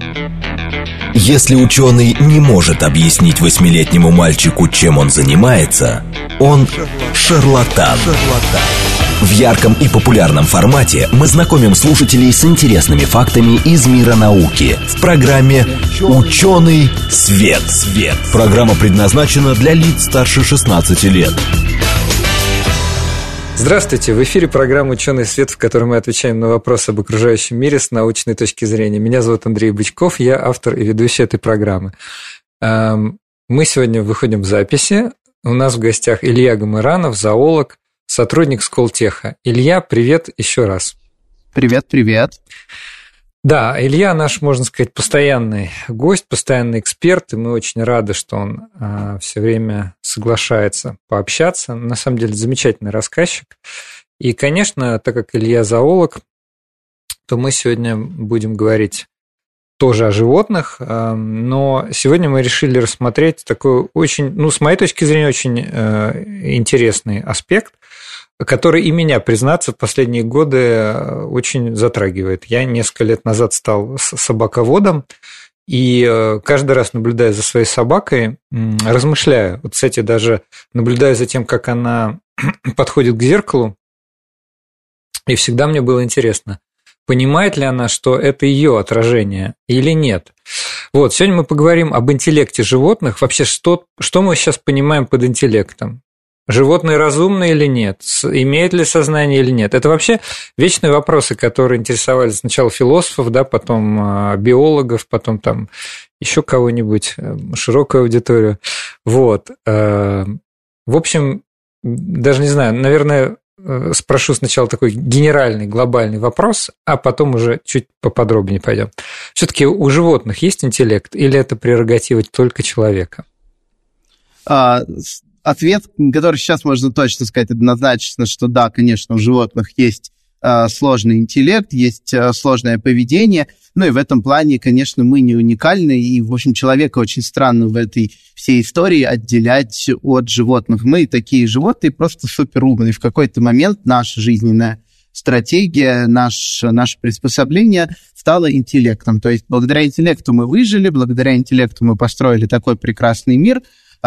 Если ученый не может объяснить 8-летнему мальчику, чем он занимается, он шарлатан. В ярком и популярном формате мы знакомим слушателей с интересными фактами из мира науки в программе «Ученый свет». Программа предназначена для лиц старше 16 лет. Здравствуйте, в эфире программа «Ученый свет», в которой мы отвечаем на вопросы об окружающем мире с научной точки зрения. Меня зовут Андрей Бычков, я автор и ведущий этой программы. Мы сегодня выходим в записи. У нас в гостях Илья Гамыранов, зоолог, сотрудник Сколтеха. Илья, привет еще раз. Привет. Да, Илья наш, можно сказать, постоянный гость, постоянный эксперт, и мы очень рады, что он все время соглашается пообщаться. На самом деле, замечательный рассказчик. И, конечно, так как Илья зоолог, то мы сегодня будем говорить тоже о животных, но сегодня мы решили рассмотреть такой очень, с моей точки зрения, очень интересный аспект, который и меня, признаться, в последние годы очень затрагивает. Я несколько лет назад стал собаководом, и каждый раз, наблюдая за своей собакой, размышляю, вот, кстати, даже наблюдая за тем, как она подходит к зеркалу, и всегда мне было интересно, понимает ли она, что это ее отражение или нет. Вот, сегодня мы поговорим об интеллекте животных. Вообще, что мы сейчас понимаем под интеллектом? Животные разумны или нет? Имеют ли сознание или нет? Это вообще вечные вопросы, которые интересовали сначала философов, да, потом биологов, потом там еще кого-нибудь, широкую аудиторию. Вот. В общем, даже не знаю, наверное, спрошу сначала такой генеральный, глобальный вопрос, а потом уже чуть поподробнее пойдем. Все-таки у животных есть интеллект или это прерогатива только человека? Ответ, который сейчас можно точно сказать однозначно, что да, конечно, у животных есть сложный интеллект, есть сложное поведение, и в этом плане, конечно, мы не уникальны, и, в общем, человека очень странно в этой всей истории отделять от животных. Мы такие животные просто суперумные. В какой-то момент наша жизненная стратегия, наше приспособление стало интеллектом. То есть благодаря интеллекту мы выжили, благодаря интеллекту мы построили такой прекрасный мир.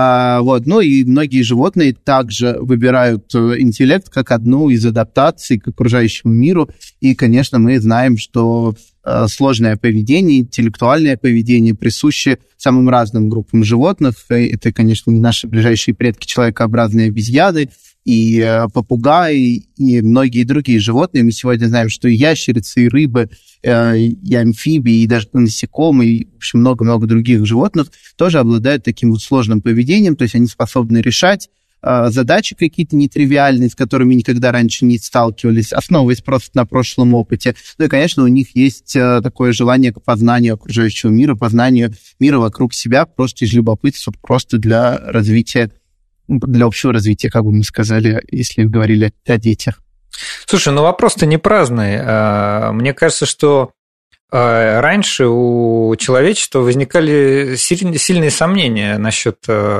И многие животные также выбирают интеллект как одну из адаптаций к окружающему миру. И, конечно, мы знаем, что сложное поведение, интеллектуальное поведение присуще самым разным группам животных. Это, конечно, наши ближайшие предки, человекообразные обезьяны, и попугаи, и многие другие животные. Мы сегодня знаем, что и ящерицы, и рыбы, и амфибии, и даже насекомые, и, в общем, много-много других животных тоже обладают таким вот сложным поведением, то есть они способны решать задачи какие-то нетривиальные, с которыми никогда раньше не сталкивались, основываясь просто на прошлом опыте. И, конечно, у них есть такое желание к познанию окружающего мира, познанию мира вокруг себя, просто из любопытства, просто для развития, для общего развития, как бы мы сказали, если говорили о детях. Слушай, вопрос-то не праздный. Мне кажется, что раньше у человечества возникали сильные сомнения насчет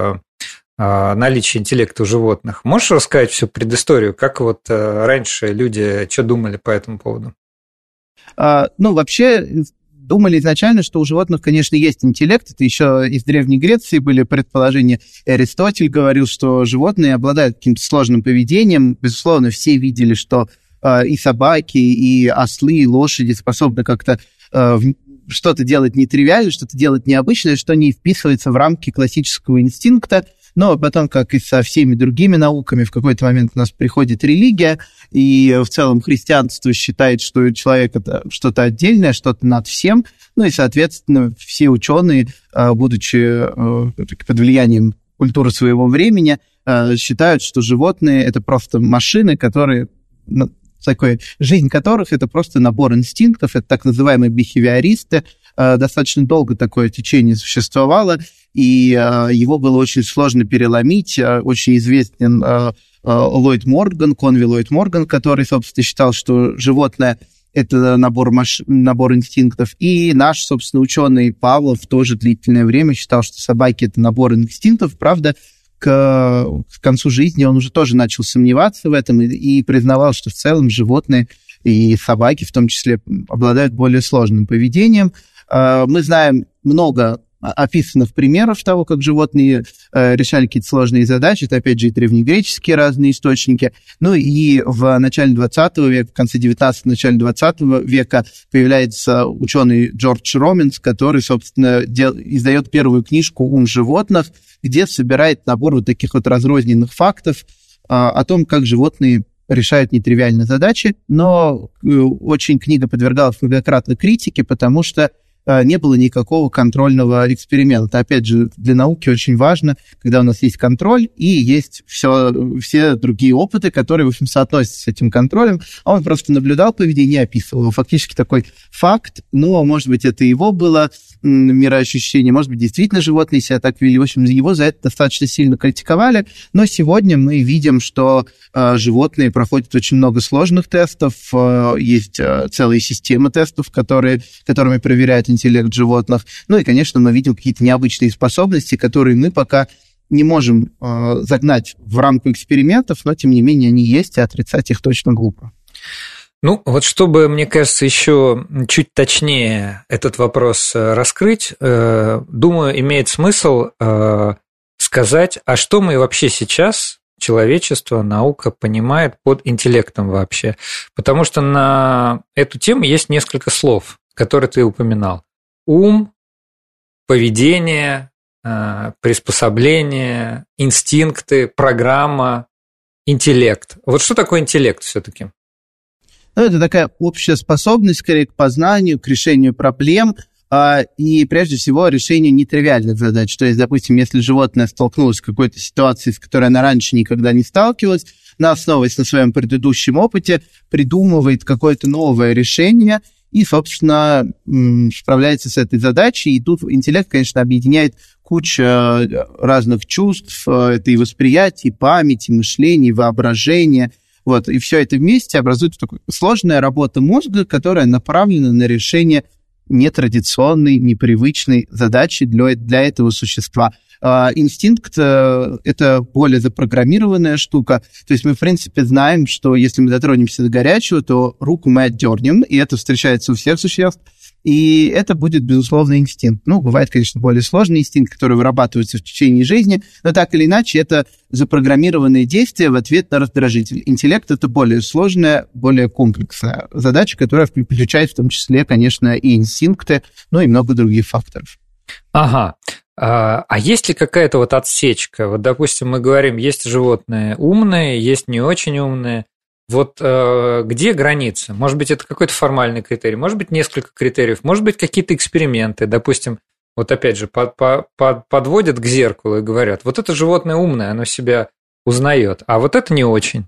наличия интеллекта у животных. Можешь рассказать всю предысторию? Как вот раньше люди что думали по этому поводу? Вообще думали изначально, что у животных, конечно, есть интеллект. Это еще из Древней Греции были предположения. Аристотель говорил, что животные обладают каким-то сложным поведением. Безусловно, все видели, что и собаки, и ослы, и лошади способны как-то что-то делать нетривиальное, что-то делать необычное, что не вписывается в рамки классического инстинкта. Но потом, как и со всеми другими науками, в какой-то момент у нас приходит религия, и в целом христианство считает, что человек – это что-то отдельное, что-то над всем. И, соответственно, все ученые, будучи под влиянием культуры своего времени, считают, что животные – это просто машины, которые… жизнь которых – это просто набор инстинктов, это так называемые бихевиористы. Достаточно долго такое течение существовало, и его было очень сложно переломить. Очень известен Ллойд Морган, Конви Ллойд Морган, который, собственно, считал, что животное – это набор инстинктов. И наш, собственно, ученый Павлов тоже длительное время считал, что собаки – это набор инстинктов. Правда, к концу жизни он уже тоже начал сомневаться в этом и признавал, что в целом животные и собаки в том числе обладают более сложным поведением. Мы знаем много описанных примеров того, как животные решали какие-то сложные задачи. Это, опять же, и древнегреческие разные источники. Ну и в начале 20 века, в конце 19-го, начале 20 века появляется ученый Джордж Роминс, который, собственно, издает первую книжку «Ум животных», где собирает набор вот таких вот разрозненных фактов о том, как животные решают нетривиальные задачи. Но очень книга подвергалась многократно критике, потому что не было никакого контрольного эксперимента. Опять же, для науки очень важно, когда у нас есть контроль и есть все другие опыты, которые, в общем, соотносятся с этим контролем. А он просто наблюдал поведение и описывал его. Фактически такой факт, но, может быть, это его было мироощущение, может быть, действительно животные себя так вели. В общем, его за это достаточно сильно критиковали. Но сегодня мы видим, что животные проходят очень много сложных тестов. Есть целые системы тестов, которыми проверяют интеллект животных. Ну и, конечно, мы видим какие-то необычные способности, которые мы пока не можем загнать в рамку экспериментов, но, тем не менее, они есть, и отрицать их точно глупо. Ну, вот чтобы, мне кажется, еще чуть точнее этот вопрос раскрыть, думаю, имеет смысл сказать, а что мы вообще сейчас, человечество, наука, понимает под интеллектом вообще. Потому что на эту тему есть несколько слов, которые ты упоминал. Ум, поведение, приспособление, инстинкты, программа, интеллект. Вот что такое интеллект все-таки? Ну, это такая общая способность, скорее, к познанию, к решению проблем и, прежде всего, решению нетривиальных задач. То есть, допустим, если животное столкнулось с какой-то ситуацией, с которой оно раньше никогда не сталкивалось, основываясь на своем предыдущем опыте, придумывает какое-то новое решение и, собственно, справляется с этой задачей. И тут интеллект, конечно, объединяет кучу разных чувств. Это и восприятие, и память, и мышление, и воображение. Вот, и все это вместе образует такую сложная работа мозга, которая направлена на решение нетрадиционной, непривычной задачи для этого существа. Инстинкт – это более запрограммированная штука. То есть мы, в принципе, знаем, что если мы дотронемся до горячего, то руку мы отдернем, и это встречается у всех существ. И это будет, безусловно, инстинкт. Ну, бывает, конечно, более сложный инстинкт, который вырабатывается в течение жизни, но так или иначе это запрограммированные действия в ответ на раздражитель. Интеллект – это более сложная, более комплексная задача, которая включает в том числе, конечно, и инстинкты, ну и много других факторов. Ага. А есть ли какая-то вот отсечка? Вот, допустим, мы говорим, есть животные умные, есть не очень умные. Вот где граница? Может быть, это какой-то формальный критерий, может быть, несколько критериев, может быть, какие-то эксперименты. Допустим, вот опять же, подводят к зеркалу и говорят, вот это животное умное, оно себя узнает, а вот это не очень.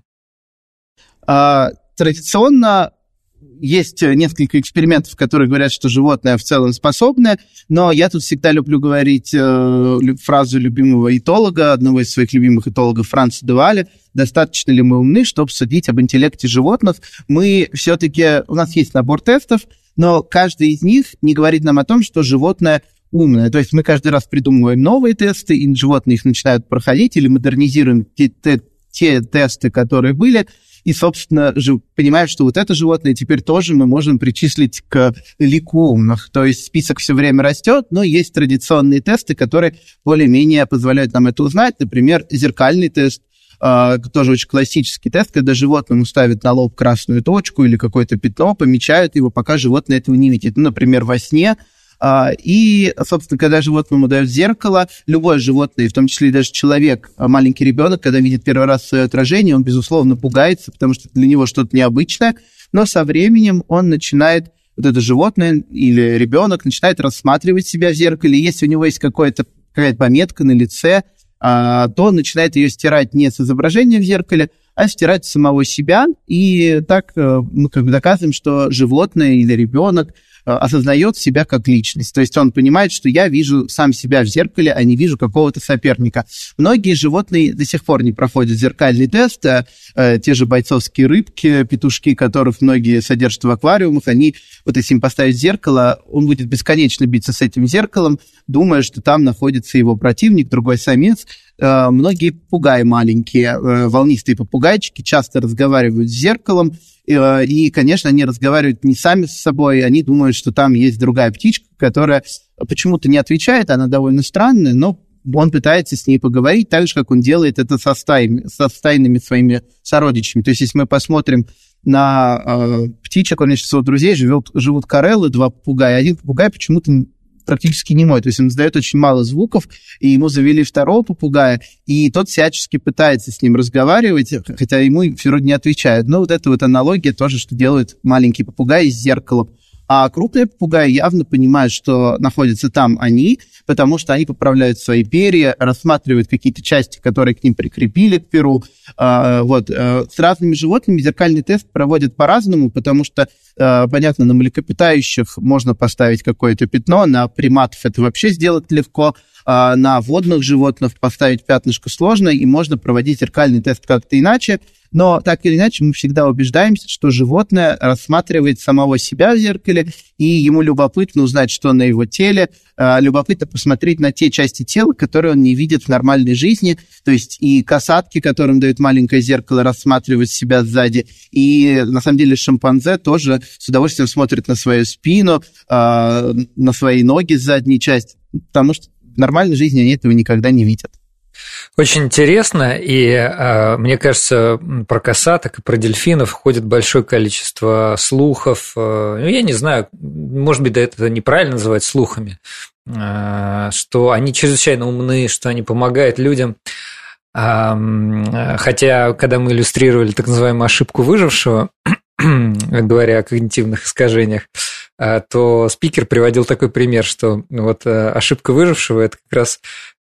Традиционно есть несколько экспериментов, которые говорят, что животное в целом способное, но я тут всегда люблю говорить фразу любимого этолога, одного из своих любимых этологов, Франца де Валля: достаточно ли мы умны, чтобы судить об интеллекте животных. Мы все-таки, у нас есть набор тестов, но каждый из них не говорит нам о том, что животное умное. То есть мы каждый раз придумываем новые тесты, и животные их начинают проходить, или модернизируем те тесты, которые были, и, собственно, понимаем, что вот это животное теперь тоже мы можем причислить к лику умных. То есть список все время растет, но есть традиционные тесты, которые более-менее позволяют нам это узнать. Например, зеркальный тест, тоже очень классический тест, когда животному ставят на лоб красную точку или какое-то пятно, помечают его, пока животное этого не видит. Ну, например, во сне. И, собственно, когда животному дают зеркало, любое животное, в том числе и даже человек, маленький ребенок, когда видит первый раз свое отражение, он, безусловно, пугается, потому что для него что-то необычное, но со временем он начинает, вот это животное или ребенок начинает рассматривать себя в зеркале, и если у него есть какая-то пометка на лице, то он начинает ее стирать не с изображения в зеркале, а стирать самого себя, и так мы доказываем, что животное или ребенок осознает себя как личность. То есть он понимает, что я вижу сам себя в зеркале, а не вижу какого-то соперника. Многие животные до сих пор не проходят зеркальный тест. Те же бойцовские рыбки, петушки, которых многие содержат в аквариумах, они, вот если им поставить зеркало, он будет бесконечно биться с этим зеркалом, думая, что там находится его противник, другой самец. Многие попугаи маленькие, волнистые попугайчики, часто разговаривают с зеркалом, И, конечно, они разговаривают не сами с собой, они думают, что там есть другая птичка, которая почему-то не отвечает, она довольно странная, но он пытается с ней поговорить так же, как он делает это со стайными своими сородичами. То есть, если мы посмотрим на птичек, у меня сейчас у друзей живут кореллы, 2 попугая. Один попугай почему-то практически немой, то есть он издает очень мало звуков, и ему завели 2-го попугая, и тот всячески пытается с ним разговаривать, хотя ему вроде не отвечают. Но вот эта вот аналогия тоже, что делают маленькие попугаи с зеркалом. А крупные попугаи явно понимают, что находятся там они, потому что они поправляют свои перья, рассматривают какие-то части, которые к ним прикрепили к перу. С разными животными зеркальный тест проводят по-разному, потому что, понятно, на млекопитающих можно поставить какое-то пятно, на приматов это вообще сделать легко, на водных животных поставить пятнышко сложно, и можно проводить зеркальный тест как-то иначе. Но так или иначе мы всегда убеждаемся, что животное рассматривает самого себя в зеркале, и ему любопытно узнать, что на его теле, любопытно посмотреть на те части тела, которые он не видит в нормальной жизни. То есть и касатки, которым дают маленькое зеркало, рассматривают себя сзади. И на самом деле шимпанзе тоже с удовольствием смотрят на свою спину, на свои ноги с задней части, потому что в нормальной жизни они этого никогда не видят. Очень интересно, и мне кажется, про косаток и про дельфинов ходит большое количество слухов. Я не знаю, может быть, да, это неправильно называть слухами, что они чрезвычайно умны, что они помогают людям. Хотя, когда мы иллюстрировали так называемую ошибку выжившего, говоря о когнитивных искажениях, то спикер приводил такой пример, что вот ошибка выжившего – это как раз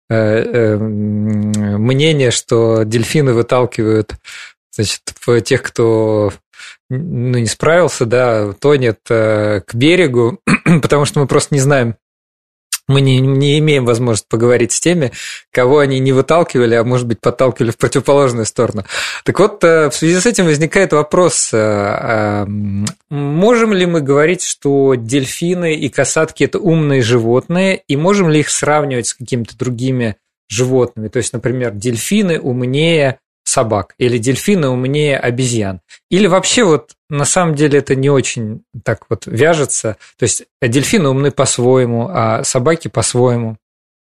мнение, что дельфины выталкивают, значит, тех, кто не справился, да, тонет к берегу, потому что мы просто не знаем, мы не имеем возможности поговорить с теми, кого они не выталкивали, а может быть, подталкивали в противоположную сторону. Так вот, в связи с этим возникает вопрос, можем ли мы говорить, что дельфины и касатки – это умные животные, и можем ли их сравнивать с какими-то другими животными? То есть, например, дельфины умнее собак, или дельфины умнее обезьян. Или вообще вот на самом деле это не очень так вот вяжется. То есть дельфины умны по-своему, а собаки по-своему.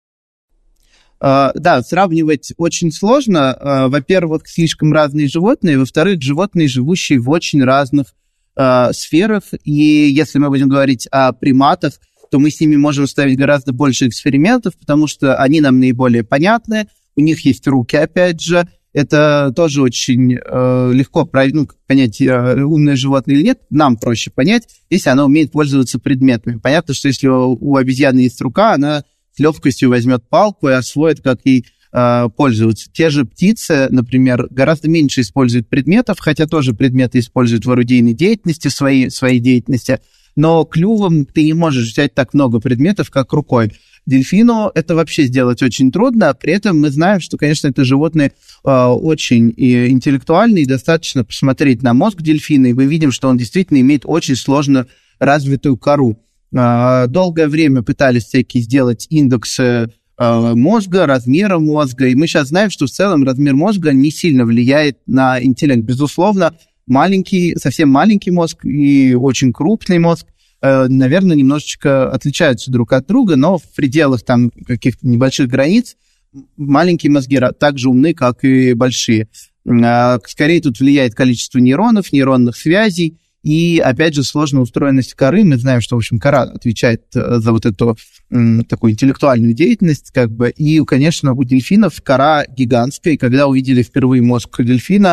Да, сравнивать очень сложно. Во-первых, слишком разные животные. Во-вторых, животные, живущие в очень разных сферах. И если мы будем говорить о приматах, то мы с ними можем ставить гораздо больше экспериментов, потому что они нам наиболее понятны. У них есть руки, опять же. Это тоже очень легко понять, умное животное или нет. Нам проще понять, если оно умеет пользоваться предметами. Понятно, что если у обезьяны есть рука, она с легкостью возьмет палку и освоит, как ей пользоваться. Те же птицы, например, гораздо меньше используют предметов, хотя тоже предметы используют в орудийной деятельности, в своей деятельности, но клювом ты не можешь взять так много предметов, как рукой. Дельфину это вообще сделать очень трудно, при этом мы знаем, что, конечно, это животные очень интеллектуальные, и достаточно посмотреть на мозг дельфина, и мы видим, что он действительно имеет очень сложно развитую кору. Долгое время пытались всякие сделать индексы мозга, размера мозга, и мы сейчас знаем, что в целом размер мозга не сильно влияет на интеллект. Безусловно, совсем маленький мозг и очень крупный мозг, наверное, немножечко отличаются друг от друга, но в пределах там каких-то небольших границ маленькие мозги так же умны, как и большие. Скорее тут влияет количество нейронов, нейронных связей, и, опять же, сложная устроенность коры. Мы знаем, что, в общем, кора отвечает за вот эту такую интеллектуальную деятельность, как бы. И, конечно, у дельфинов кора гигантская, и когда увидели впервые мозг дельфина,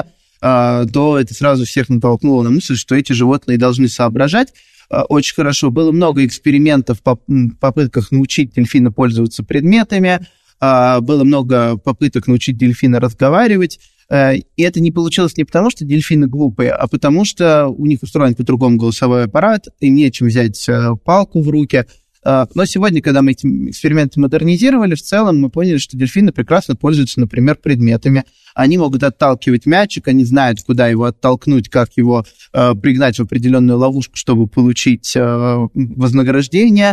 то это сразу всех натолкнуло на мысль, что эти животные должны соображать. Очень хорошо. Было много экспериментов в попытках научить дельфина пользоваться предметами, было много попыток научить дельфина разговаривать, и это не получилось не потому, что дельфины глупые, а потому что у них устроен по-другому голосовой аппарат, им нечем взять палку в руки. Но сегодня, когда мы эти эксперименты модернизировали, в целом мы поняли, что дельфины прекрасно пользуются, например, предметами. Они могут отталкивать мячик, они знают, куда его оттолкнуть, как его пригнать в определенную ловушку, чтобы получить вознаграждение.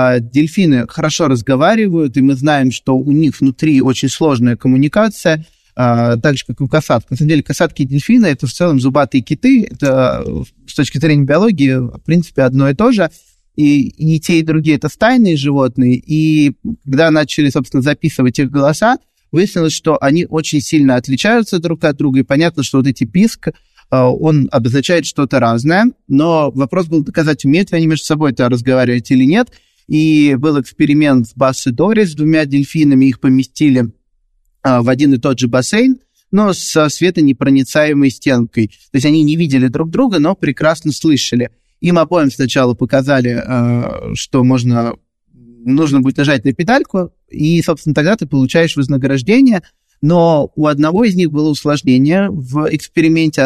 Дельфины хорошо разговаривают, и мы знаем, что у них внутри очень сложная коммуникация. так же, как и у касаток. На самом деле, касатки и дельфины – это в целом зубатые киты. Это с точки зрения биологии, в принципе, одно и то же. И те, и другие – это стайные животные. И когда начали, собственно, записывать их голоса, выяснилось, что они очень сильно отличаются друг от друга. И понятно, что вот эти писк, он обозначает что-то разное. Но вопрос был доказать, умеют ли они между собой это разговаривать или нет. И был эксперимент с Басс и Дори, с 2 дельфинами. Их поместили в один и тот же бассейн, но со светонепроницаемой стенкой. То есть они не видели друг друга, но прекрасно слышали. Им обоим сначала показали, что нужно будет нажать на педальку, и, собственно, тогда ты получаешь вознаграждение, но у одного из них было усложнение в эксперименте.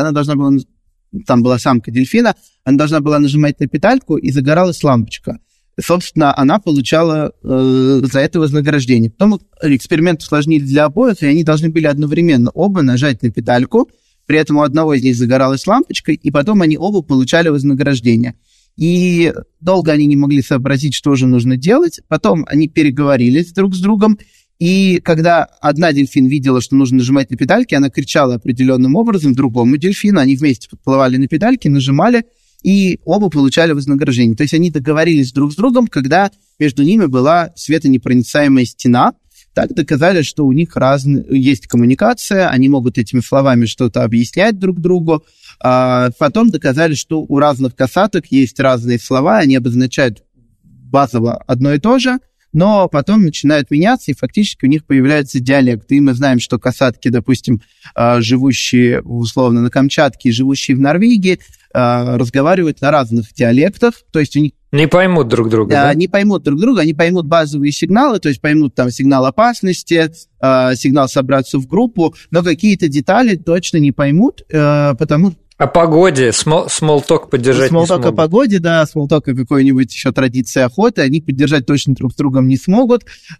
Там была самка дельфина, она должна была нажимать на педальку, и загоралась лампочка. Собственно, она получала за это вознаграждение. Потом эксперимент усложнили для обоих, и они должны были одновременно оба нажать на педальку. При этом у одного из них загоралась лампочка, и потом они оба получали вознаграждение. И долго они не могли сообразить, что же нужно делать. Потом они переговорились друг с другом, и когда одна дельфин видела, что нужно нажимать на педальки, она кричала определенным образом другому дельфину, они вместе подплывали на педальки, нажимали, и оба получали вознаграждение. То есть они договорились друг с другом, когда между ними была светонепроницаемая стена. Так доказали, что у них есть коммуникация, они могут этими словами что-то объяснять друг другу. Потом доказали, что у разных касаток есть разные слова, они обозначают базово одно и то же, но потом начинают меняться, и фактически у них появляются диалекты. И мы знаем, что касатки, допустим, живущие условно на Камчатке и живущие в Норвегии, разговаривают на разных диалектах, то есть у них не поймут друг друга, да? Не поймут друг друга, они поймут базовые сигналы, то есть поймут там сигнал опасности, сигнал собраться в группу, но какие-то детали точно не поймут, потому... О погоде, смолток поддержать не смогут. Смолток о погоде, да, смолток о какой-нибудь еще традиции охоты, они поддержать точно друг с другом не смогут,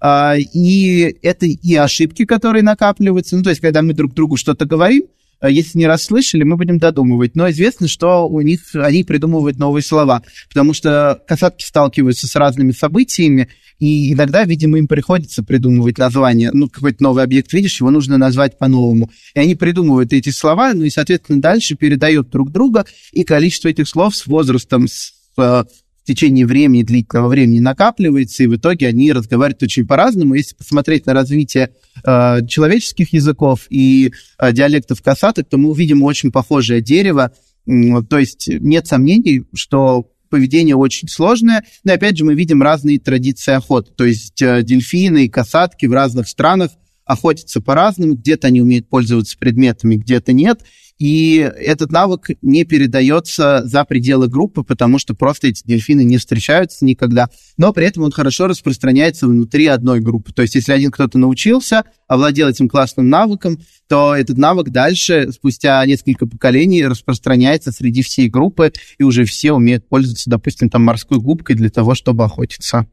и это и ошибки, которые накапливаются, то есть когда мы друг другу что-то говорим, если не расслышали, мы будем додумывать. Но известно, что они придумывают новые слова, потому что касатки сталкиваются с разными событиями, и иногда, видимо, им приходится придумывать название. Какой-то новый объект видишь, его нужно назвать по-новому. И они придумывают эти слова, и, соответственно, дальше передают друг друга, и количество этих слов с возрастом, в течение длительного времени накапливается, и в итоге они разговаривают очень по-разному. Если посмотреть на развитие человеческих языков и диалектов касаток, то мы увидим очень похожее дерево. То есть нет сомнений, что поведение очень сложное. Но опять же мы видим разные традиции охоты. То есть дельфины и касатки в разных странах охотятся по-разному. Где-то они умеют пользоваться предметами, где-то нет. И этот навык не передается за пределы группы, потому что просто эти дельфины не встречаются никогда. Но при этом он хорошо распространяется внутри одной группы. То есть если один кто-то научился, овладел этим классным навыком, то этот навык дальше, спустя несколько поколений, распространяется среди всей группы, и уже все умеют пользоваться, допустим, там морской губкой для того, чтобы охотиться.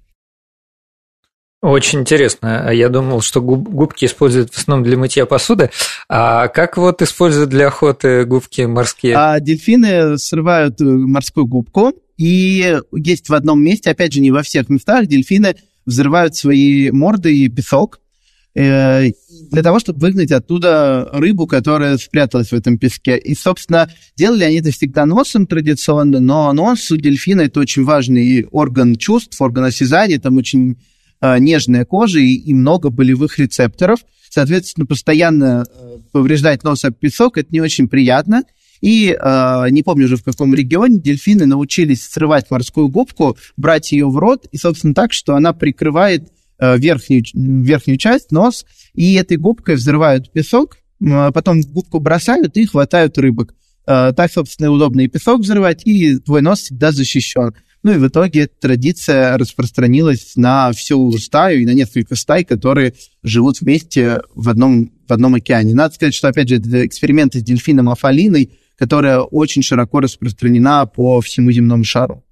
Очень интересно. Я думал, что губки используют в основном для мытья посуды. А как используют для охоты губки морские? Дельфины срывают морскую губку, и есть в одном месте, опять же, не во всех местах, дельфины взрывают свои морды и песок для того, чтобы выгнать оттуда рыбу, которая спряталась в этом песке. И, собственно, делали они это всегда носом традиционно, но нос у дельфина – это очень важный орган чувств, орган осязания, там очень нежная кожа и много болевых рецепторов. Соответственно, постоянно повреждать нос об песок – это не очень приятно. И не помню уже в каком регионе дельфины научились срывать морскую губку, брать ее в рот, и, собственно, так, что она прикрывает верхнюю часть, нос, и этой губкой взрывают песок, потом губку бросают и хватают рыбок. Так, собственно, удобно и песок взрывать, и твой нос всегда защищен. И в итоге эта традиция распространилась на всю стаю и на несколько стай, которые живут вместе в одном океане. Надо сказать, что, опять же, это эксперименты с дельфином афалиной, которая очень широко распространена по всему земному шару.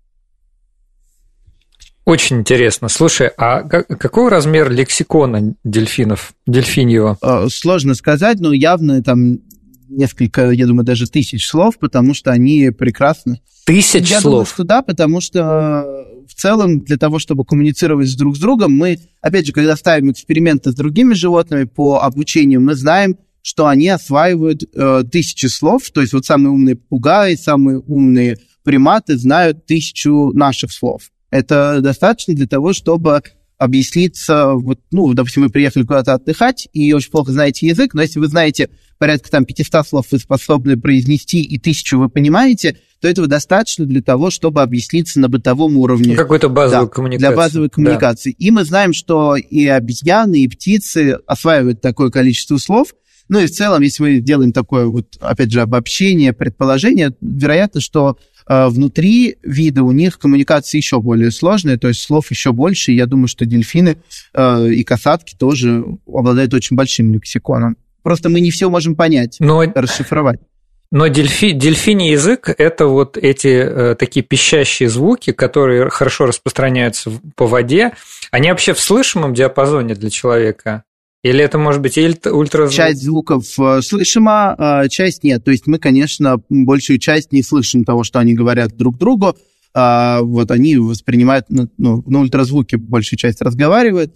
Очень интересно. Слушай, а какой размер лексикона дельфиньего? Сложно сказать, но явно там несколько, я думаю, даже 1000 слов, потому что они прекрасны. 1000 слов? Я думаю, что да, потому что в целом для того, чтобы коммуницировать друг с другом, мы, опять же, когда ставим эксперименты с другими животными по обучению, мы знаем, что они осваивают 1000 слов, то есть вот самые умные попугаи, самые умные приматы знают 1000 наших слов. Это достаточно для того, чтобы объясниться, вот, допустим, вы приехали куда-то отдыхать и очень плохо знаете язык, но если вы знаете порядка 500 слов, вы способны произнести, и 1000 вы понимаете, то этого достаточно для того, чтобы объясниться на бытовом уровне. Какой-то базовой коммуникации. Для базовой коммуникации. Да. И мы знаем, что и обезьяны, и птицы осваивают такое количество слов. Ну и в целом, если мы делаем такое, вот, опять же, обобщение, предположение, вероятно, что внутри вида у них коммуникация еще более сложная, то есть слов еще больше, и я думаю, что дельфины и касатки тоже обладают очень большим лексиконом. Просто мы не все можем понять, расшифровать. Но дельфиний язык – это вот эти такие пищащие звуки, которые хорошо распространяются по воде. Они вообще в слышимом диапазоне для человека? Или это может быть ультразвук? Часть звуков слышима, часть нет. То есть мы, конечно, большую часть не слышим того, что они говорят друг другу. Вот они воспринимают, на ультразвуке большую часть разговаривают.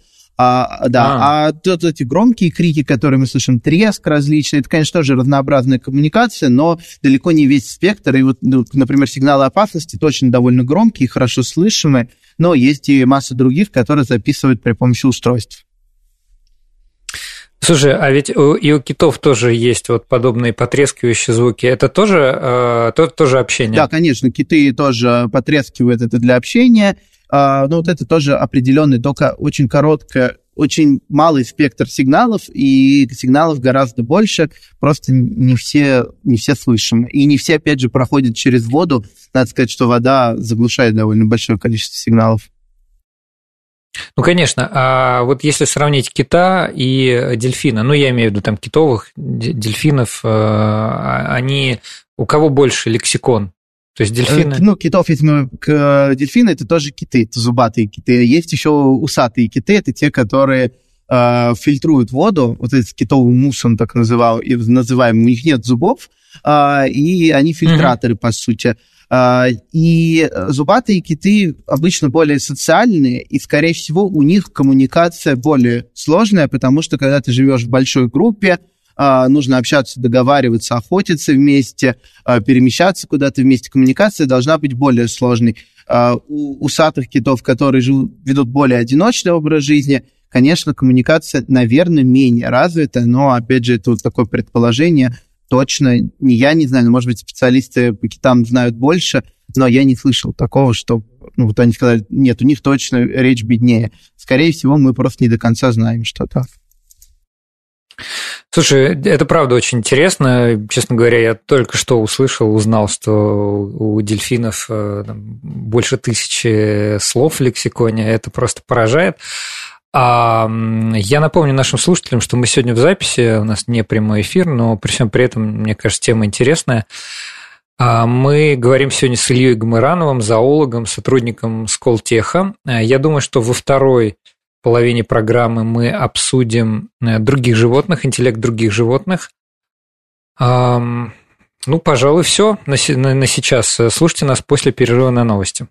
А вот эти громкие крики, которые мы слышим, треск различный, это, конечно, тоже разнообразная коммуникация, но далеко не весь спектр. И вот, например, сигналы опасности точно довольно громкие, хорошо слышимые, но есть и масса других, которые записывают при помощи устройств. Слушай, а ведь и у китов тоже есть вот подобные потрескивающие звуки. Это тоже общение? Да, конечно, киты тоже потрескивают, это для общения. Но вот это тоже определенный, только очень короткое, очень малый спектр сигналов, и сигналов гораздо больше, просто не все слышим. И не все, опять же, проходят через воду. Надо сказать, что вода заглушает довольно большое количество сигналов. Ну, конечно. А вот если сравнить кита и дельфина, я имею в виду там китовых, дельфинов, они у кого больше лексикон? То есть дельфины? Китов, если мы дельфины, это тоже киты, это зубатые киты. Есть еще усатые киты, это те, которые фильтруют воду, вот этот китовый мусс, он так называемый, у них нет зубов, и они фильтраторы, по сути. И зубатые киты обычно более социальные, и, скорее всего, у них коммуникация более сложная, потому что, когда ты живешь в большой группе, нужно общаться, договариваться, охотиться вместе, перемещаться куда-то вместе. Коммуникация должна быть более сложной. У усатых китов, которые ведут более одиночный образ жизни, конечно, коммуникация, наверное, менее развита, но, опять же, это вот такое предположение. Точно, я не знаю, может быть, специалисты по китам знают больше, но я не слышал такого, что вот они сказали, нет, у них точно речь беднее. Скорее всего, мы просто не до конца знаем, что так. Слушай, это правда очень интересно. Честно говоря, я только что узнал, что у дельфинов больше 1000 слов в лексиконе. Это просто поражает. Я напомню нашим слушателям, что мы сегодня в записи, у нас не прямой эфир, но при всем при этом, мне кажется, тема интересная. Мы говорим сегодня с Ильей Гомырановым, зоологом, сотрудником Сколтеха. Я думаю, что во второй половине программы мы обсудим других животных, интеллект других животных. Пожалуй, все на сейчас. Слушайте нас после перерыва на новости.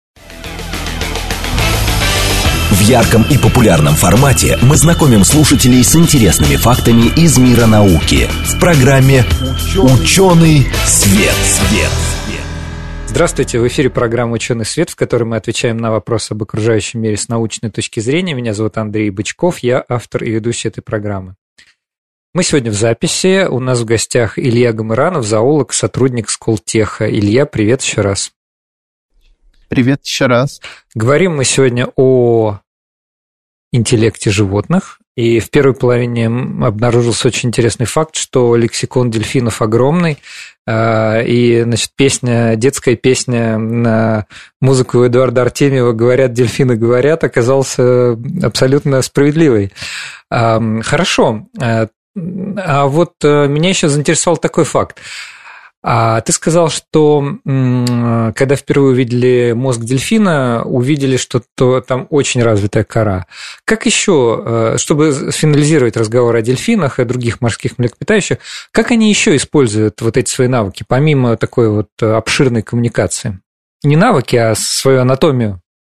В ярком и популярном формате мы знакомим слушателей с интересными фактами из мира науки в программе «Ученый свет». Здравствуйте, в эфире программа «Ученый свет», в которой мы отвечаем на вопросы об окружающем мире с научной точки зрения. Меня зовут Андрей Бычков, я автор и ведущий этой программы. Мы сегодня в записи, у нас в гостях Илья Гомыранов, зоолог, сотрудник Сколтеха. Илья, привет еще раз. Привет еще раз. Говорим мы сегодня о интеллекте животных. И в первой половине обнаружился очень интересный факт, что лексикон дельфинов огромный. И, детская песня на музыку Эдуарда Артемьева «Говорят, дельфины говорят» оказался абсолютно справедливой. Хорошо. А вот меня еще заинтересовал такой факт. Ты сказал, что когда впервые увидели мозг дельфина, увидели, что там очень развитая кора. Как еще, чтобы финализировать разговор о дельфинах и других морских млекопитающих, как они еще используют вот эти свои навыки, помимо такой вот обширной коммуникации? Не навыки, а свою анатомию.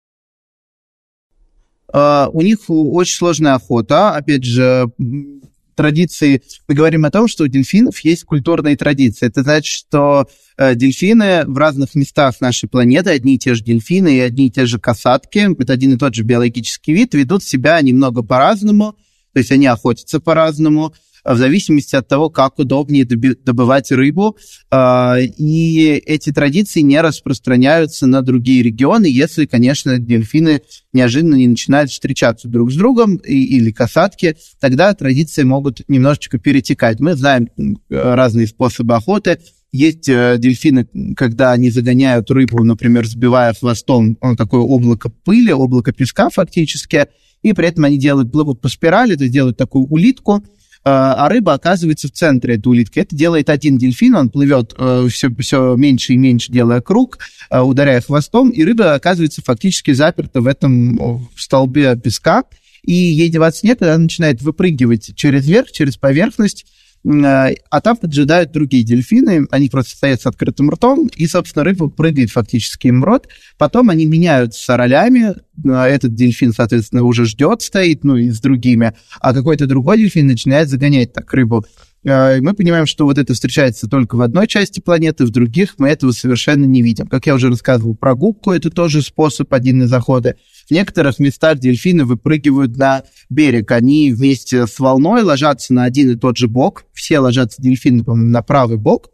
У них очень сложная охота. Опять же, традиции, мы говорим о том, что у дельфинов есть культурные традиции. Это значит, что дельфины в разных местах нашей планеты, одни и те же дельфины и одни и те же касатки, это один и тот же биологический вид, ведут себя немного по-разному, то есть они охотятся по-разному, в зависимости от того, как удобнее добывать рыбу. И эти традиции не распространяются на другие регионы, если, конечно, дельфины неожиданно не начинают встречаться друг с другом или касатки, тогда традиции могут немножечко перетекать. Мы знаем разные способы охоты. Есть дельфины, когда они загоняют рыбу, например, сбивая хвостом такое облако пыли, облако песка фактически, и при этом они плывут по спирали, то есть делают такую улитку, а рыба оказывается в центре этой улитки. Это делает один дельфин, он плывет все меньше и меньше, делая круг, ударяя хвостом, и рыба оказывается фактически заперта в этом столбе песка, и ей деваться некуда, она начинает выпрыгивать через верх, через поверхность, а там поджидают другие дельфины, они просто стоят с открытым ртом, и, собственно, рыба прыгает фактически им в рот. Потом они меняются ролями, этот дельфин, соответственно, уже ждет, стоит, и с другими, а какой-то другой дельфин начинает загонять так рыбу. Мы понимаем, что вот это встречается только в одной части планеты, в других мы этого совершенно не видим. Как я уже рассказывал про губку, это тоже способ, один из охоты. В некоторых местах дельфины выпрыгивают на берег. Они вместе с волной ложатся на один и тот же бок. Все ложатся дельфины, по-моему, на правый бок.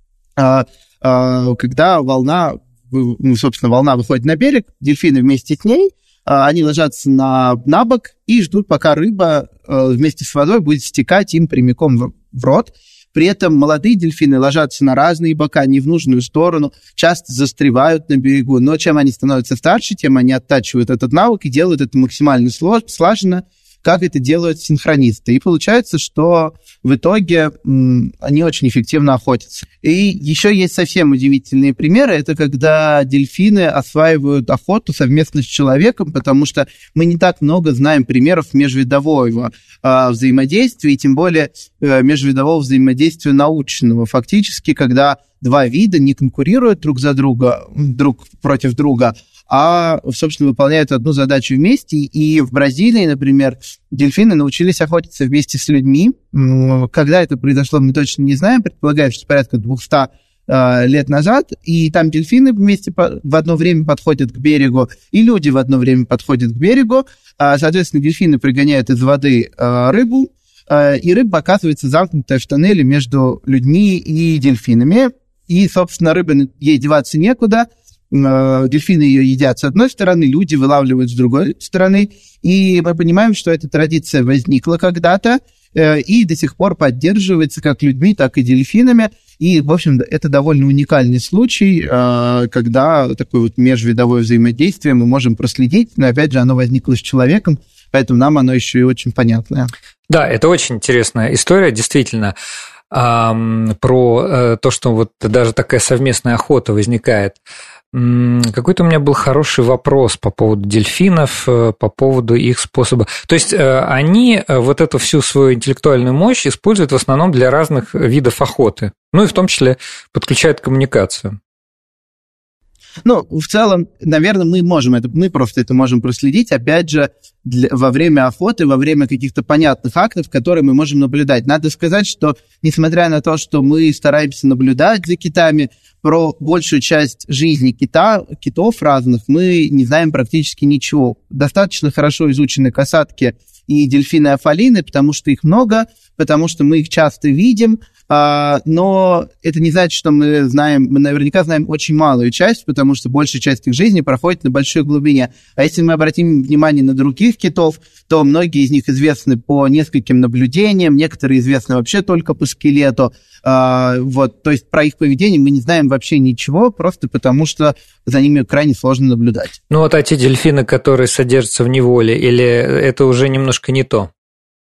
Когда волна выходит на берег, дельфины вместе с ней, они ложатся на бок и ждут, пока рыба вместе с водой будет стекать им прямиком в рот. При этом молодые дельфины ложатся на разные бока, не в нужную сторону, часто застревают на берегу. Но чем они становятся старше, тем они оттачивают этот навык и делают это максимально слаженно, как это делают синхронисты. И получается, что в итоге они очень эффективно охотятся. И еще есть совсем удивительные примеры. Это когда дельфины осваивают охоту совместно с человеком, потому что мы не так много знаем примеров межвидового взаимодействия, и тем более межвидового взаимодействия научного. Фактически, когда два вида не конкурируют друг против друга, а, собственно, выполняют одну задачу вместе. И в Бразилии, например, дельфины научились охотиться вместе с людьми. Когда это произошло, мы точно не знаем. Предполагаю, что порядка 200 лет назад. И там дельфины вместе в одно время подходят к берегу, и люди в одно время подходят к берегу. Соответственно, дельфины пригоняют из воды рыбу, и рыба оказывается замкнутая в тоннеле между людьми и дельфинами. И, собственно, рыбе ей деваться некуда. Дельфины ее едят с одной стороны, люди вылавливают с другой стороны. И мы понимаем, что эта традиция возникла когда-то и до сих пор поддерживается как людьми, так и дельфинами. И, в общем, это довольно уникальный случай, когда такое вот межвидовое взаимодействие мы можем проследить. Но, опять же, оно возникло с человеком, поэтому нам оно еще и очень понятное. Да, это очень интересная история, действительно, про то, что вот даже такая совместная охота возникает. Какой-то у меня был хороший вопрос по поводу дельфинов, по поводу их способа. То есть они вот эту всю свою интеллектуальную мощь используют в основном для разных видов охоты, и в том числе подключают коммуникацию. В целом, наверное, мы просто это можем проследить, опять же, во время охоты, во время каких-то понятных актов, которые мы можем наблюдать. Надо сказать, что, несмотря на то, что мы стараемся наблюдать за китами, про большую часть жизни китов разных мы не знаем практически ничего. Достаточно хорошо изучены касатки и дельфины-афалины, потому что их много, потому что мы их часто видим, но это не значит, что мы наверняка знаем очень малую часть, потому что большая часть их жизни проходит на большой глубине. А если мы обратим внимание на других китов, то многие из них известны по нескольким наблюдениям, некоторые известны вообще только по скелету. То есть про их поведение мы не знаем вообще ничего, просто потому что за ними крайне сложно наблюдать. А те дельфины, которые содержатся в неволе, или это уже немножко не то?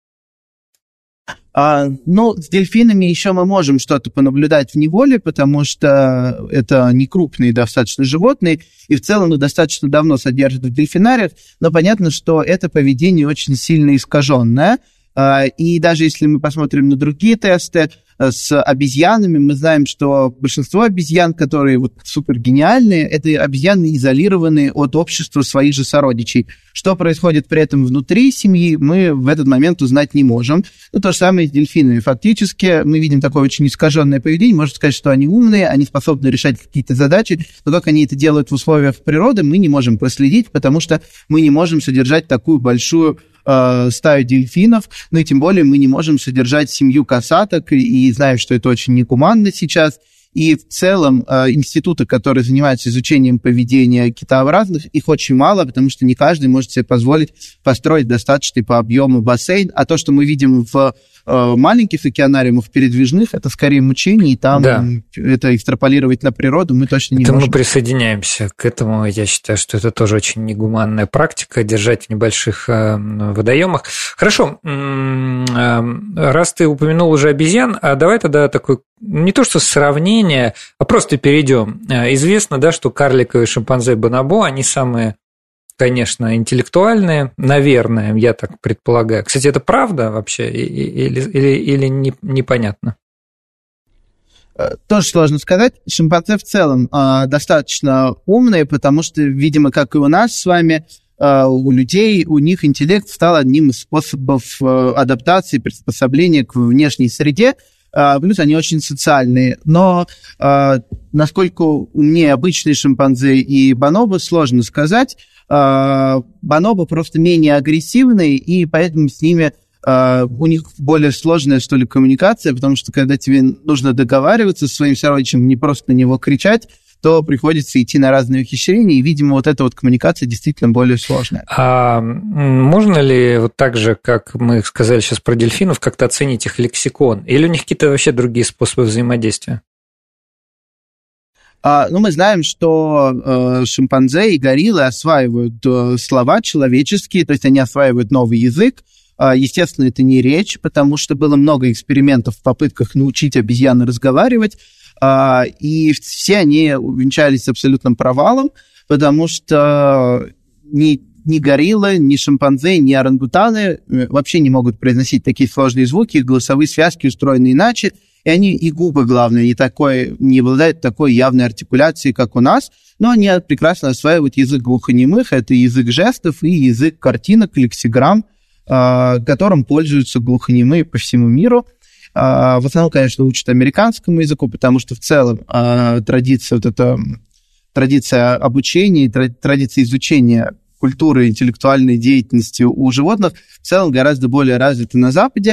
С дельфинами еще мы можем что-то понаблюдать в неволе, потому что это не крупные достаточно животные, и в целом их достаточно давно содержат в дельфинариях, но понятно, что это поведение очень сильно искаженное. И даже если мы посмотрим на другие тесты с обезьянами, мы знаем, что большинство обезьян, которые вот супергениальные, это обезьяны, изолированные от общества своих же сородичей. Что происходит при этом внутри семьи, мы в этот момент узнать не можем. Ну, то же самое с дельфинами. Фактически мы видим такое очень искаженное поведение. Можно сказать, что они умные, они способны решать какие-то задачи, но как они это делают в условиях природы, мы не можем проследить, потому что мы не можем содержать такую большую стаю дельфинов, ну и тем более мы не можем содержать семью косаток, и знаем, что это очень негуманно сейчас. И в целом институты, которые занимаются изучением поведения китообразных, их очень мало, потому что не каждый может себе позволить построить достаточный по объему бассейн. А то, что мы видим в маленьких океанариумах передвижных, это скорее мучение, и там это экстраполировать на природу мы точно не можем. Мы присоединяемся к этому. Я считаю, что это тоже очень негуманная практика, держать в небольших водоемах. Хорошо, раз ты упомянул уже обезьян, а давай тогда такой, не то что сравнение, а просто перейдем. Известно, да, что карликовые шимпанзе бонобо, они самые, конечно, интеллектуальные, наверное, я так предполагаю. Кстати, это правда вообще или непонятно? Тоже сложно сказать. Шимпанзе в целом достаточно умные, потому что, видимо, как и у нас с вами, у людей, у них интеллект стал одним из способов адаптации, приспособления к внешней среде. Плюс они очень социальные. Но насколько умнее обычные шимпанзе и бонобо, сложно сказать. Бонобо просто менее агрессивные, и поэтому с ними у них более сложная, что ли, коммуникация, потому что когда тебе нужно договариваться со своим сородичем, не просто на него кричать, то приходится идти на разные ухищрения, и, видимо, вот эта вот коммуникация действительно более сложная. А можно ли вот так же, как мы сказали сейчас про дельфинов, как-то оценить их лексикон? Или у них какие-то вообще другие способы взаимодействия? Мы знаем, что шимпанзе и гориллы осваивают слова человеческие, то есть они осваивают новый язык. Естественно, это не речь, потому что было много экспериментов в попытках научить обезьяны разговаривать, и все они увенчались абсолютным провалом, потому что ни гориллы, ни шимпанзе, ни орангутаны вообще не могут произносить такие сложные звуки, их голосовые связки устроены иначе, и они, и губы, главное, не обладают такой явной артикуляцией, как у нас, но они прекрасно осваивают язык глухонемых, это язык жестов и язык картинок, лексиграмм, которым пользуются глухонемые по всему миру. В основном, конечно, учат американскому языку, потому что в целом традиция обучения, традиция изучения культуры интеллектуальной деятельности у животных в целом гораздо более развита на Западе.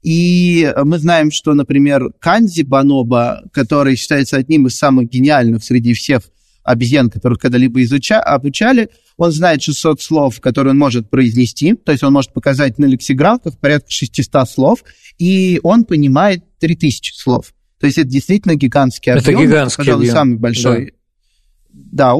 И мы знаем, что, например, канзи бонобо, который считается одним из самых гениальных среди всех обезьян, которых когда-либо обучали, он знает 600 слов, которые он может произнести, то есть он может показать на лексиграфах порядка 600 слов, и он понимает 3000 слов. То есть это действительно гигантский объем. Это гигантский пожалуй, объем. Самый большой. Да,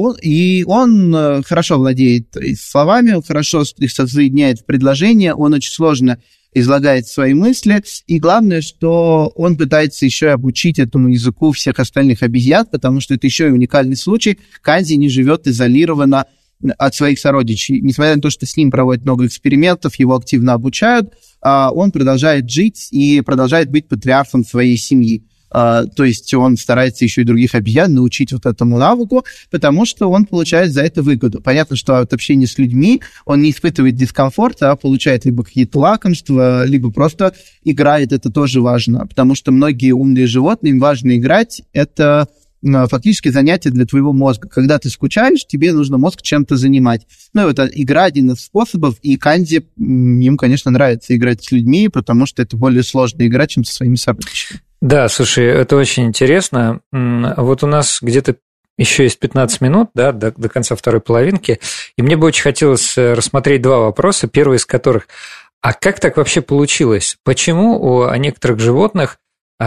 он хорошо владеет словами, он хорошо их соединяет в предложения, он очень сложно излагает свои мысли, и главное, что он пытается еще и обучить этому языку всех остальных обезьян, потому что это еще и уникальный случай. Канзи не живет изолированно от своих сородичей. Несмотря на то, что с ним проводят много экспериментов, его активно обучают, он продолжает жить и продолжает быть патриархом своей семьи. То есть он старается еще и других обезьян научить вот этому навыку, потому что он получает за это выгоду. Понятно, что от общения с людьми он не испытывает дискомфорта, а получает либо какие-то лакомства, либо просто играет. Это тоже важно, потому что многие умные животные, им важно играть. Это фактически занятие для твоего мозга. Когда ты скучаешь, тебе нужно мозг чем-то занимать. Ну, и вот игра один из способов, и канзи, им, конечно, нравится играть с людьми, потому что это более сложная игра, чем со своими сородичами. Да, слушай, это очень интересно. Вот у нас где-то еще есть 15 минут, да, до конца второй половинки, и мне бы очень хотелось рассмотреть два вопроса, первый из которых: а как так вообще получилось? Почему у некоторых животных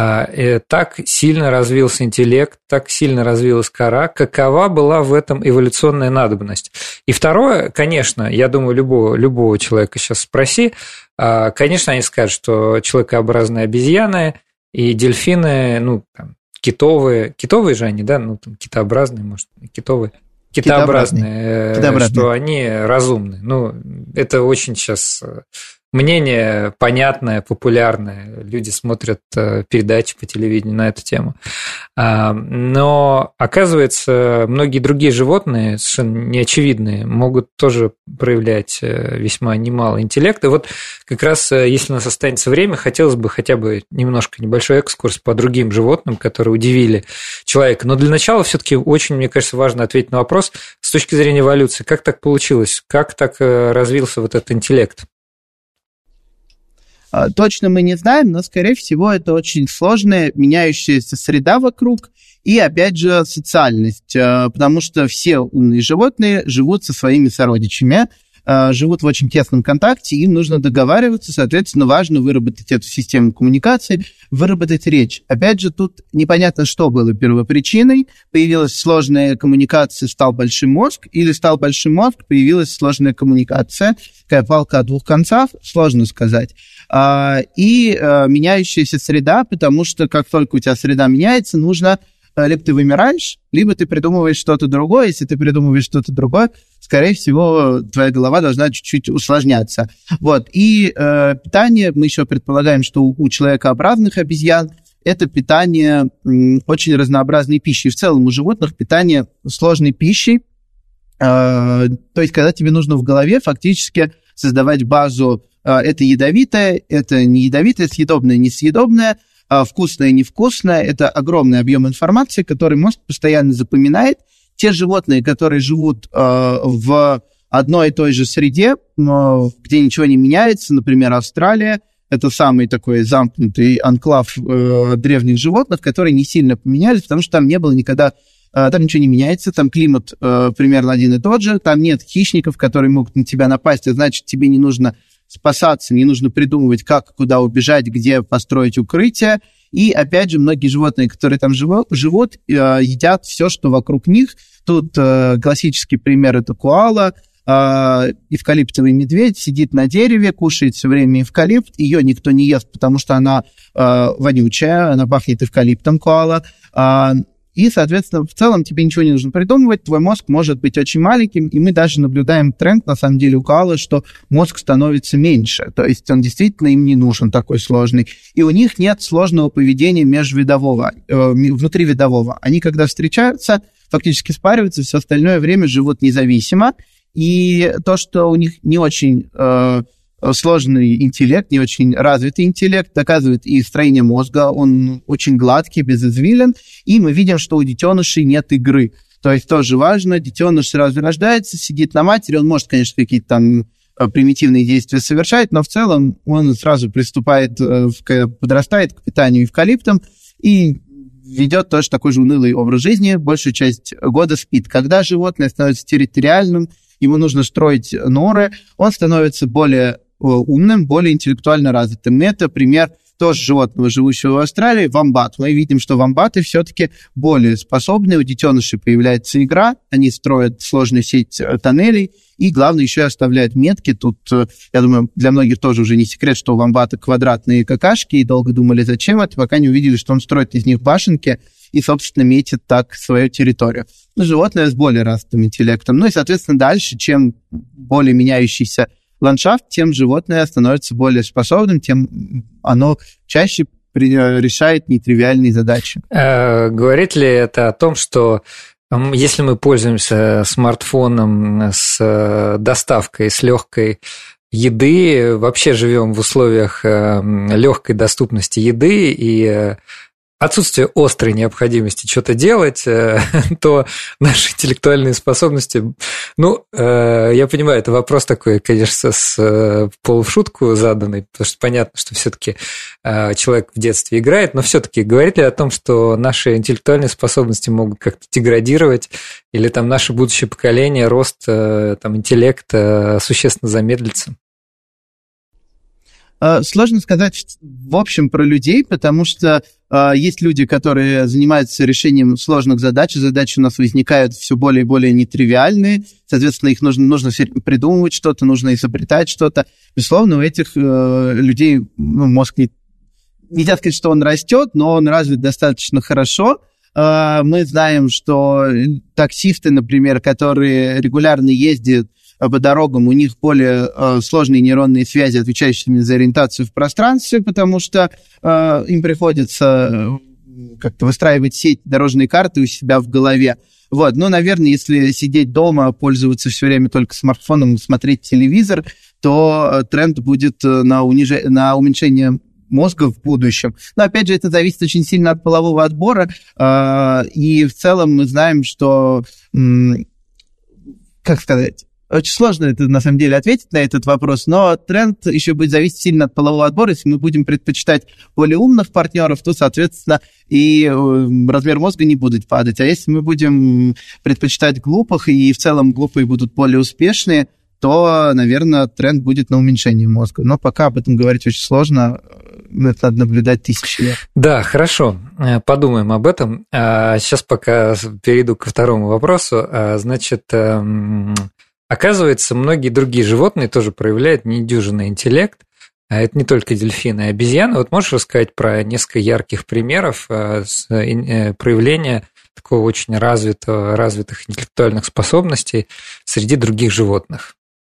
так сильно развился интеллект, так сильно развилась кора, какова была в этом эволюционная надобность? И второе, конечно, я думаю, любого человека сейчас спроси, конечно, они скажут, что человекообразные обезьяны и дельфины, ну, там, китовые же они, да, ну, там, китообразные, может, китообразные, что они разумны. Ну, это очень сейчас мнение понятное, популярное. Люди смотрят передачи по телевидению на эту тему. Но, оказывается, многие другие животные, совершенно неочевидные, могут тоже проявлять весьма немало интеллекта. И вот как раз, если у нас останется время, хотелось бы хотя бы немножко небольшой экскурс по другим животным, которые удивили человека. Но для начала все-таки очень, мне кажется, важно ответить на вопрос с точки зрения эволюции. Как так получилось? Как так развился вот этот интеллект? Точно мы не знаем, но, скорее всего, это очень сложная, меняющаяся среда вокруг и, опять же, социальность, потому что все умные животные живут со своими сородичами, живут в очень тесном контакте, им нужно договариваться, соответственно, важно выработать эту систему коммуникации, выработать речь. Опять же, тут непонятно, что было первопричиной. Появилась сложная коммуникация, стал большой мозг, или стал большой мозг, появилась сложная коммуникация. Такая палка о двух концах, сложно сказать. И меняющаяся среда, потому что как только у тебя среда меняется, нужно либо ты вымираешь, либо ты придумываешь что-то другое. Если ты придумываешь что-то другое, скорее всего, твоя голова должна чуть-чуть усложняться. Вот. И питание, мы еще предполагаем, что у человекообразных обезьян это питание очень разнообразной пищи. В целом у животных питание сложной пищей. То есть, когда тебе нужно в голове фактически создавать базу это ядовитое, это не ядовитое, съедобное, несъедобное, вкусное, невкусное. Это огромный объем информации, который мозг постоянно запоминает. Те животные, которые живут в одной и той же среде, где ничего не меняется, например, Австралия, это самый такой замкнутый анклав древних животных, которые не сильно поменялись, потому что там не было никогда, там ничего не меняется, там климат примерно один и тот же, там нет хищников, которые могут на тебя напасть, а значит, тебе не нужно спасаться, не нужно придумывать, как, куда убежать, где построить укрытие. И, опять же, многие животные, которые там живут, едят все, что вокруг них. Тут классический пример – это коала, эвкалиптовый медведь, сидит на дереве, кушает все время эвкалипт. Ее никто не ест, потому что она вонючая, она пахнет эвкалиптом, коала. И, соответственно, в целом тебе ничего не нужно придумывать, твой мозг может быть очень маленьким, и мы даже наблюдаем тренд, на самом деле, у коалы, что мозг становится меньше, то есть он действительно им не нужен такой сложный. И у них нет сложного поведения межвидового, внутривидового. Они, когда встречаются, фактически спариваются, все остальное время живут независимо, и то, что у них не очень сложный интеллект, не очень развитый интеллект, доказывает и строение мозга, он очень гладкий, без извилин, и мы видим, что у детенышей нет игры. То есть тоже важно, детеныш сразу рождается, сидит на матери, он может, конечно, какие-то там примитивные действия совершать, но в целом он сразу приступает, подрастает к питанию эвкалиптом и ведет тоже такой же унылый образ жизни, большую часть года спит. Когда животное становится территориальным, ему нужно строить норы, он становится более умным, более интеллектуально развитым. Это пример тоже животного, живущего в Австралии, вомбат. Мы видим, что вомбаты все-таки более способны, у детенышей появляется игра, они строят сложную сеть тоннелей, и, главное, еще и оставляют метки. Тут, я думаю, для многих тоже уже не секрет, что у вомбата квадратные какашки, и долго думали, зачем это, пока не увидели, что он строит из них башенки и, собственно, метит так свою территорию. Животное с более развитым интеллектом. Ну и, соответственно, дальше, чем более меняющийся ландшафт, тем животное становится более способным, тем оно чаще решает нетривиальные задачи. Говорит ли это о том, что если мы пользуемся смартфоном с доставкой, с легкой еды, вообще живем в условиях легкой доступности еды и отсутствие острой необходимости что-то делать, то наши интеллектуальные способности... я понимаю, это вопрос такой, конечно, с полушутку заданный, потому что понятно, что все-таки человек в детстве играет, но все-таки говорит ли о том, что наши интеллектуальные способности могут как-то деградировать, или там наше будущее поколение, рост интеллекта существенно замедлится? Сложно сказать, в общем, про людей, потому что есть люди, которые занимаются решением сложных задач, и задачи у нас возникают все более и более нетривиальные, соответственно, их нужно придумывать что-то, нужно изобретать что-то. Безусловно, у этих людей мозг нельзя сказать, что он растет, но он развит достаточно хорошо. Мы знаем, что таксисты, например, которые регулярно ездят по дорогам, у них более сложные нейронные связи, отвечающие за ориентацию в пространстве, потому что им приходится как-то выстраивать сеть дорожной карты у себя в голове. Вот. Но, наверное, если сидеть дома, пользоваться все время только смартфоном, смотреть телевизор, то тренд будет на уменьшение мозга в будущем. Но, опять же, это зависит очень сильно от полового отбора, и в целом мы знаем, что, как сказать, очень сложно это, на самом деле, ответить на этот вопрос, но тренд еще будет зависеть сильно от полового отбора. Если мы будем предпочитать более умных партнеров, то, соответственно, и размер мозга не будет падать. А если мы будем предпочитать глупых, и в целом глупые будут более успешные, то, наверное, тренд будет на уменьшение мозга. Но пока об этом говорить очень сложно, это надо наблюдать тысячи лет. Да, хорошо, подумаем об этом. Сейчас пока перейду ко второму вопросу. Значит, оказывается, многие другие животные тоже проявляют недюжинный интеллект. Это не только дельфины, а обезьяны. Вот можешь рассказать про несколько ярких примеров проявления такого очень развитых интеллектуальных способностей среди других животных?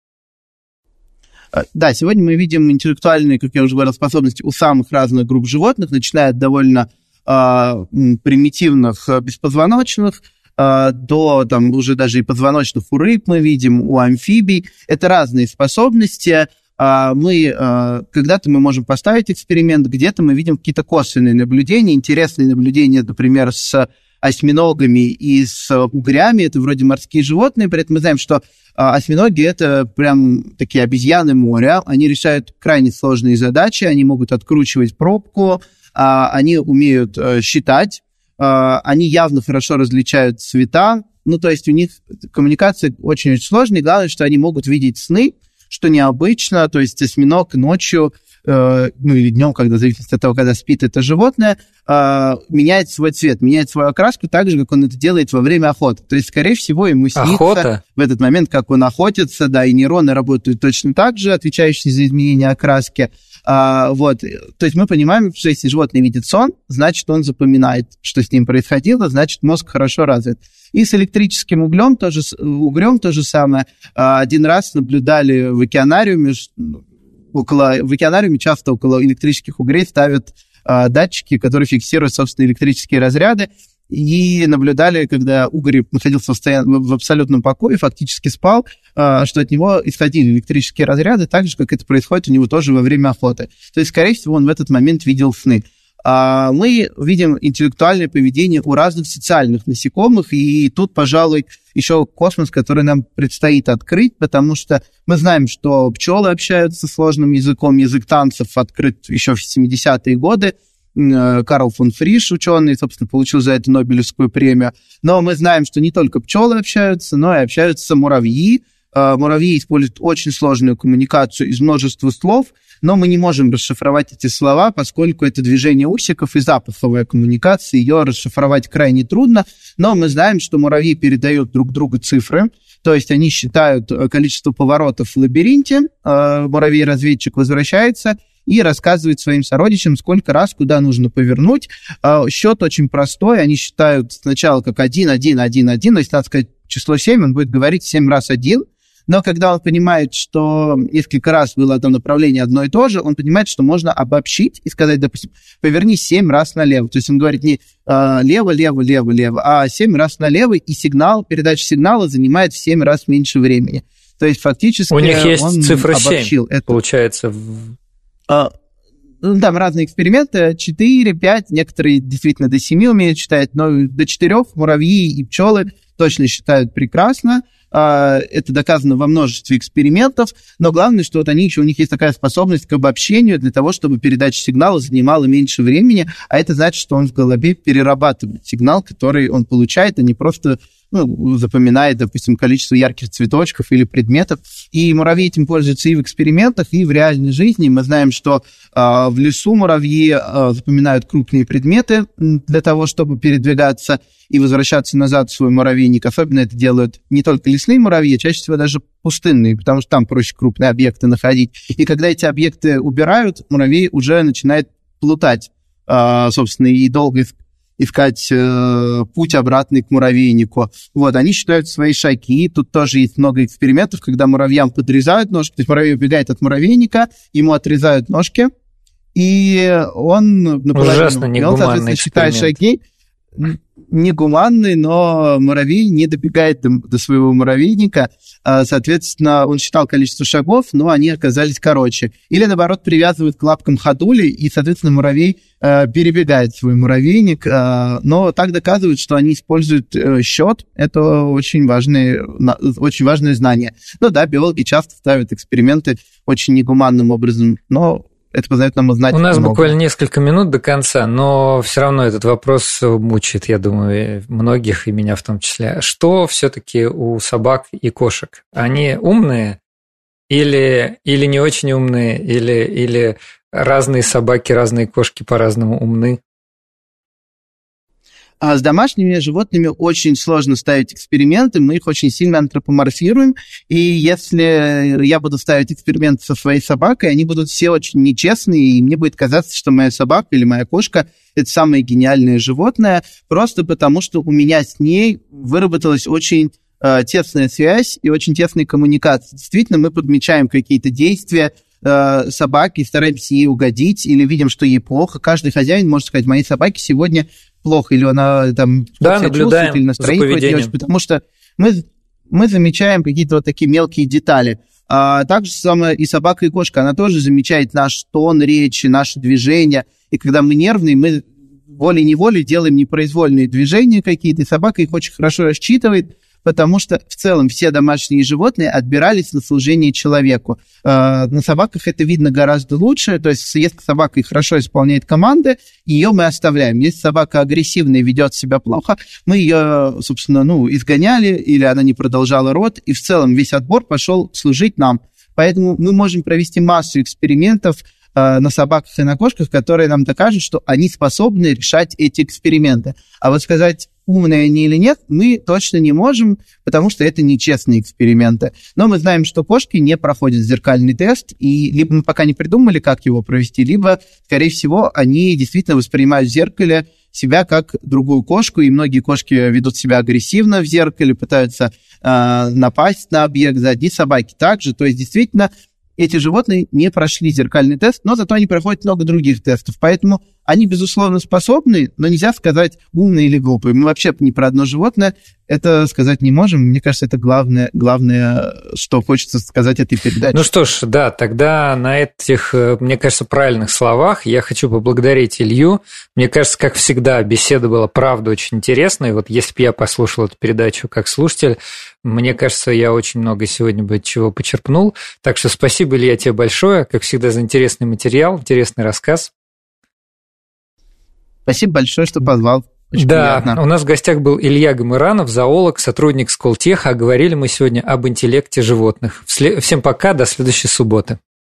Да, сегодня мы видим интеллектуальные, как я уже говорил, способности у самых разных групп животных, начиная от довольно примитивных беспозвоночных, до там, уже даже и позвоночных у рыб мы видим, у амфибий. Это разные способности. Когда-то мы можем поставить эксперимент, где-то мы видим какие-то косвенные наблюдения, интересные наблюдения, например, с осьминогами и с угрями, это вроде морские животные, при этом мы знаем, что осьминоги – это прям такие обезьяны моря, они решают крайне сложные задачи, они могут откручивать пробку, они умеют считать, они явно хорошо различают цвета, ну, то есть у них коммуникация очень-очень сложная, и главное, что они могут видеть сны, что необычно, то есть осьминог ночью, или днем, когда в зависимости от того, когда спит это животное, меняет свой цвет, меняет свою окраску так же, как он это делает во время охоты. То есть, скорее всего, ему снится в этот момент, как он охотится, да, и нейроны работают точно так же, отвечающие за изменение окраски. Вот. То есть мы понимаем, что если животное видит сон, значит, он запоминает, что с ним происходило, значит, мозг хорошо развит. И с электрическим угрем то же самое. Один раз наблюдали в океанариуме, часто около электрических угрей ставят датчики, которые фиксируют, собственно, электрические разряды, и наблюдали, когда угорь находился в абсолютном покое, фактически спал, что от него исходили электрические разряды, так же, как это происходит у него тоже во время охоты. То есть, скорее всего, он в этот момент видел сны. Мы видим интеллектуальное поведение у разных социальных насекомых, и тут, пожалуй, еще космос, который нам предстоит открыть, потому что мы знаем, что пчелы общаются сложным языком, язык танцев открыт еще в 70-е годы. Карл фон Фриш, ученый, собственно, получил за это Нобелевскую премию. Но мы знаем, что не только пчелы общаются, но и общаются муравьи. Муравьи используют очень сложную коммуникацию из множества слов, но мы не можем расшифровать эти слова, поскольку это движение усиков и запаховая коммуникация, ее расшифровать крайне трудно, но мы знаем, что муравьи передают друг другу цифры, то есть они считают количество поворотов в лабиринте, муравей-разведчик возвращается и рассказывает своим сородичам, сколько раз куда нужно повернуть. Счет очень простой, они считают сначала как 1, 1, 1, 1, но если надо сказать число 7, он будет говорить 7 раз 1, но когда он понимает, что несколько раз было одно направление одно и то же, он понимает, что можно обобщить и сказать, допустим, поверни 7 раз налево. То есть он говорит не лево, лево, лево, лево, а 7 раз налево, и передача сигнала занимает в 7 раз меньше времени. То есть фактически у них есть он цифра 7, обобщил это. Получается. Там разные эксперименты, 4, 5, некоторые действительно до 7 умеют считать, но до 4 муравьи и пчелы точно считают прекрасно. Это доказано во множестве экспериментов, но главное, что вот у них есть такая способность к обобщению для того, чтобы передача сигнала занимала меньше времени, а это значит, что он в голове перерабатывает сигнал, который он получает, а не просто запоминает, допустим, количество ярких цветочков или предметов. И муравьи этим пользуются и в экспериментах, и в реальной жизни. Мы знаем, что в лесу муравьи запоминают крупные предметы для того, чтобы передвигаться и возвращаться назад в свой муравейник. Особенно это делают не только лесные муравьи, а чаще всего даже пустынные, потому что там проще крупные объекты находить. И когда эти объекты убирают, муравей уже начинает плутать, собственно, и долго искать путь обратный к муравейнику. Вот, они считают свои шаги. Тут тоже есть много экспериментов, когда муравьям подрезают ножки. То есть муравей убегает от муравейника, ему отрезают ножки, и он наполовину... Ужасно негуманный эксперимент. Считает шаги. Негуманный, но муравей не добегает до своего муравейника. Соответственно, он считал количество шагов, но они оказались короче. Или, наоборот, привязывают к лапкам ходули, и, соответственно, муравей перебегает свой муравейник. Но так доказывают, что они используют счет. Это очень важное знание. Ну да, биологи часто ставят эксперименты очень негуманным образом, но... Это позволяет нам узнать. У нас буквально несколько минут до конца, но все равно этот вопрос мучает, я думаю, многих, и меня в том числе. Что все-таки у собак и кошек? Они умные или не очень умные, или разные собаки, разные кошки по-разному умны? А с домашними животными очень сложно ставить эксперименты, мы их очень сильно антропоморфируем, и если я буду ставить эксперимент со своей собакой, они будут все очень нечестные, и мне будет казаться, что моя собака или моя кошка – это самое гениальное животное, просто потому что у меня с ней выработалась очень тесная связь и очень тесная коммуникация. Действительно, мы подмечаем какие-то действия собаки, стараемся ей угодить, или видим, что ей плохо. Каждый хозяин может сказать: моей собаке сегодня плохо, или она там себя чувствует, или настроение не очень, потому что мы замечаем какие-то вот такие мелкие детали. Так же самое и собака, и кошка, она тоже замечает наш тон речи, наши движения, и когда мы нервные, мы волей-неволей делаем непроизвольные движения какие-то, и собака их очень хорошо рассчитывает, потому что в целом все домашние животные отбирались на служение человеку. На собаках это видно гораздо лучше, то есть если собака хорошо исполняет команды, ее мы оставляем. Если собака агрессивная и ведет себя плохо, мы ее, собственно, изгоняли, или она не продолжала род, и в целом весь отбор пошел служить нам. Поэтому мы можем провести массу экспериментов на собаках и на кошках, которые нам докажут, что они способны решать эти эксперименты. А вот сказать, умные они или нет, мы точно не можем, потому что это нечестные эксперименты. Но мы знаем, что кошки не проходят зеркальный тест, и либо мы пока не придумали, как его провести, либо, скорее всего, они действительно воспринимают в зеркале себя как другую кошку, и многие кошки ведут себя агрессивно в зеркале, пытаются напасть на объект, одни собаки также. То есть, действительно, эти животные не прошли зеркальный тест, но зато они проходят много других тестов. Поэтому они, безусловно, способны, но нельзя сказать умные или глупые. Мы вообще ни про одно животное это сказать не можем. Мне кажется, это главное, что хочется сказать этой передаче. Ну что ж, да, тогда на этих, мне кажется, правильных словах я хочу поблагодарить Илью. Мне кажется, как всегда, беседа была, правда, очень интересной. Вот если бы я послушал эту передачу как слушатель, мне кажется, я очень много сегодня бы чего почерпнул. Так что спасибо, Илья, тебе большое. Как всегда, за интересный материал, интересный рассказ. Спасибо большое, что позвал. Очень приятно. У нас в гостях был Илья Гамыранов, зоолог, сотрудник Сколтеха. А говорили мы сегодня об интеллекте животных. Всем пока, до следующей субботы.